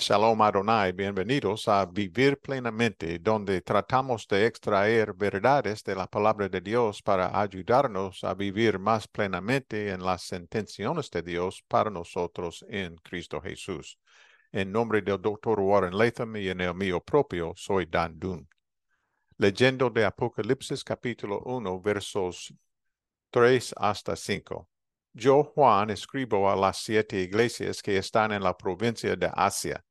Shalom Adonai, bienvenidos a Vivir Plenamente, donde tratamos de extraer verdades de la palabra de Dios para ayudarnos a vivir más plenamente en las intenciones de Dios para nosotros en Cristo Jesús. En nombre del Dr. Warren Latham y en el mío propio, soy Dan Dunn. Leyendo de Apocalipsis capítulo 1, versos 3 hasta 5. Yo, Juan, escribo a las 7 iglesias que están en la provincia de Asia.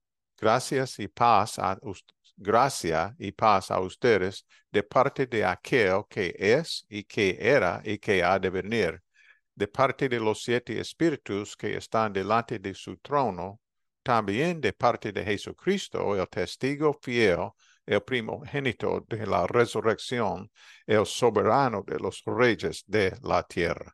Gracia y paz a ustedes de parte de aquel que es y que era y que ha de venir, de parte de los 7 espíritus que están delante de su trono, también de parte de Jesucristo, el testigo fiel, el primogénito de la resurrección, el soberano de los reyes de la tierra.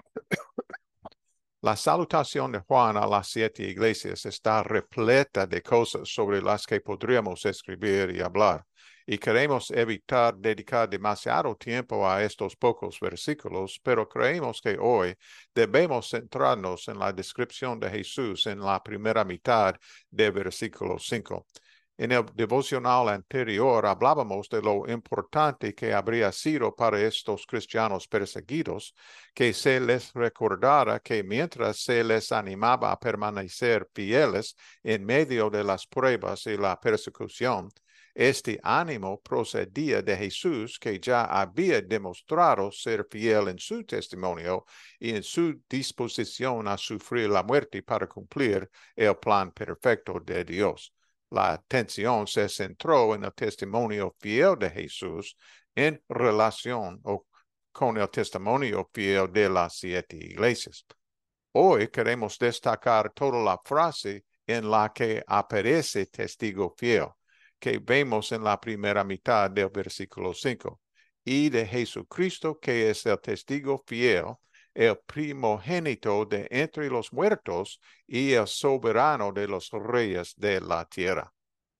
La salutación de Juan a las 7 iglesias está repleta de cosas sobre las que podríamos escribir y hablar, y queremos evitar dedicar demasiado tiempo a estos pocos versículos, pero creemos que hoy debemos centrarnos en la descripción de Jesús en la primera mitad del versículo 5. En el devocional anterior hablábamos de lo importante que habría sido para estos cristianos perseguidos que se les recordara que mientras se les animaba a permanecer fieles en medio de las pruebas y la persecución, este ánimo procedía de Jesús, que ya había demostrado ser fiel en su testimonio y en su disposición a sufrir la muerte para cumplir el plan perfecto de Dios. La atención se centró en el testimonio fiel de Jesús en relación con el testimonio fiel de las 7 iglesias. Hoy queremos destacar toda la frase en la que aparece testigo fiel, que vemos en la primera mitad del versículo 5, y de Jesucristo, que es el testigo fiel, el primogénito de entre los muertos y el soberano de los reyes de la tierra.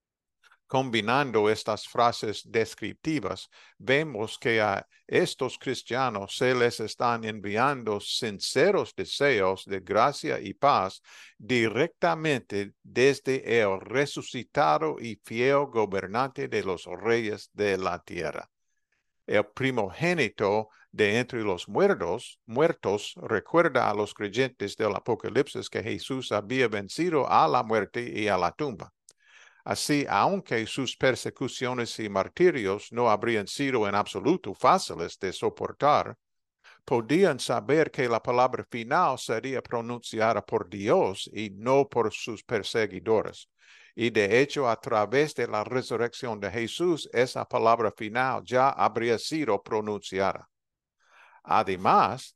Combinando estas frases descriptivas, vemos que a estos cristianos se les están enviando sinceros deseos de gracia y paz directamente desde el resucitado y fiel gobernante de los reyes de la tierra. El primogénito de entre los muertos recuerda a los creyentes del Apocalipsis que Jesús había vencido a la muerte y a la tumba. Así, aunque sus persecuciones y martirios no habrían sido en absoluto fáciles de soportar, podían saber que la palabra final sería pronunciada por Dios y no por sus perseguidores. Y de hecho, a través de la resurrección de Jesús, esa palabra final ya habría sido pronunciada. Además,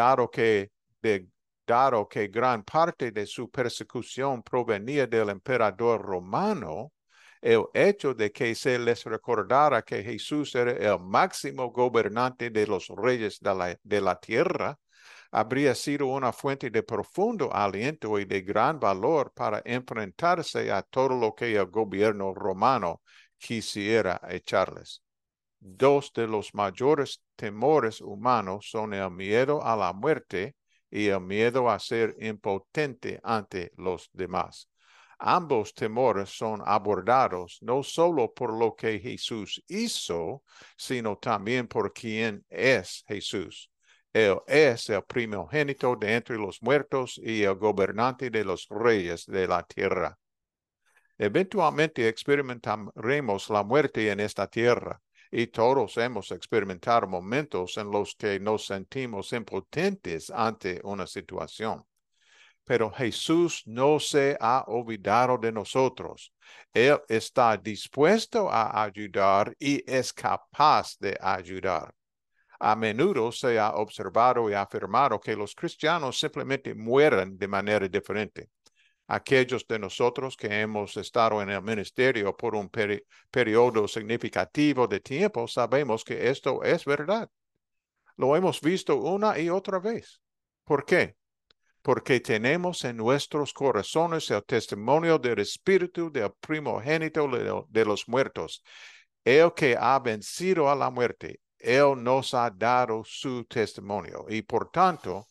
dado que gran parte de su persecución provenía del emperador romano, el hecho de que se les recordara que Jesús era el máximo gobernante de los reyes de la tierra habría sido una fuente de profundo aliento y de gran valor para enfrentarse a todo lo que el gobierno romano quisiera echarles. Dos de los mayores temores humanos son el miedo a la muerte y el miedo a ser impotente ante los demás. Ambos temores son abordados no solo por lo que Jesús hizo, sino también por quién es Jesús. Él es el primogénito de entre los muertos y el gobernante de los reyes de la tierra. Eventualmente experimentaremos la muerte en esta tierra, y todos hemos experimentado momentos en los que nos sentimos impotentes ante una situación. Pero Jesús no se ha olvidado de nosotros. Él está dispuesto a ayudar y es capaz de ayudar. A menudo se ha observado y afirmado que los cristianos simplemente mueren de manera diferente. Aquellos de nosotros que hemos estado en el ministerio por un periodo significativo de tiempo sabemos que esto es verdad. Lo hemos visto una y otra vez. ¿Por qué? Porque tenemos en nuestros corazones el testimonio del Espíritu del primogénito de los muertos, el que ha vencido a la muerte. Él nos ha dado su testimonio y por tanto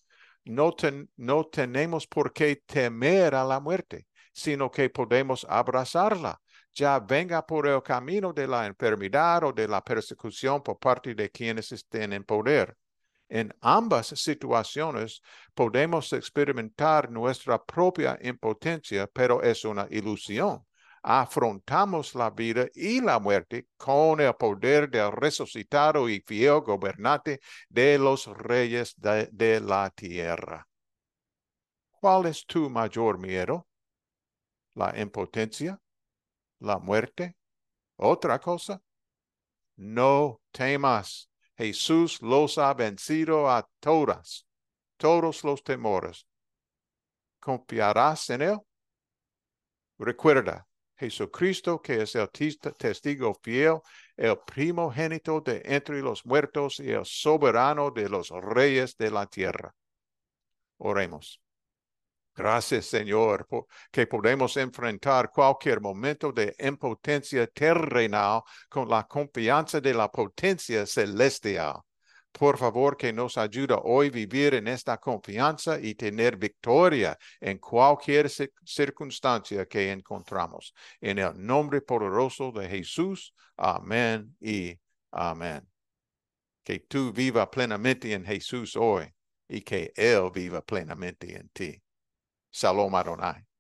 no tenemos por qué temer a la muerte, sino que podemos abrazarla, ya venga por el camino de la enfermedad o de la persecución por parte de quienes estén en poder. En ambas situaciones podemos experimentar nuestra propia impotencia, pero es una ilusión. Afrontamos la vida y la muerte con el poder del resucitado y fiel gobernante de los reyes de la tierra. ¿Cuál es tu mayor miedo? ¿La impotencia? ¿La muerte? ¿Otra cosa? No temas. Jesús los ha vencido a todos los temores. ¿Confiarás en él? Recuerda, Jesucristo, que es el testigo fiel, el primogénito de entre los muertos y el soberano de los reyes de la tierra. Oremos. Gracias, Señor, que podemos enfrentar cualquier momento de impotencia terrenal con la confianza de la potencia celestial. Por favor, que nos ayude hoy a vivir en esta confianza y tener victoria en cualquier circunstancia que encontramos. En el nombre poderoso de Jesús, amén y amén. Que tú viva plenamente en Jesús hoy y que Él viva plenamente en ti. Shalom Adonai.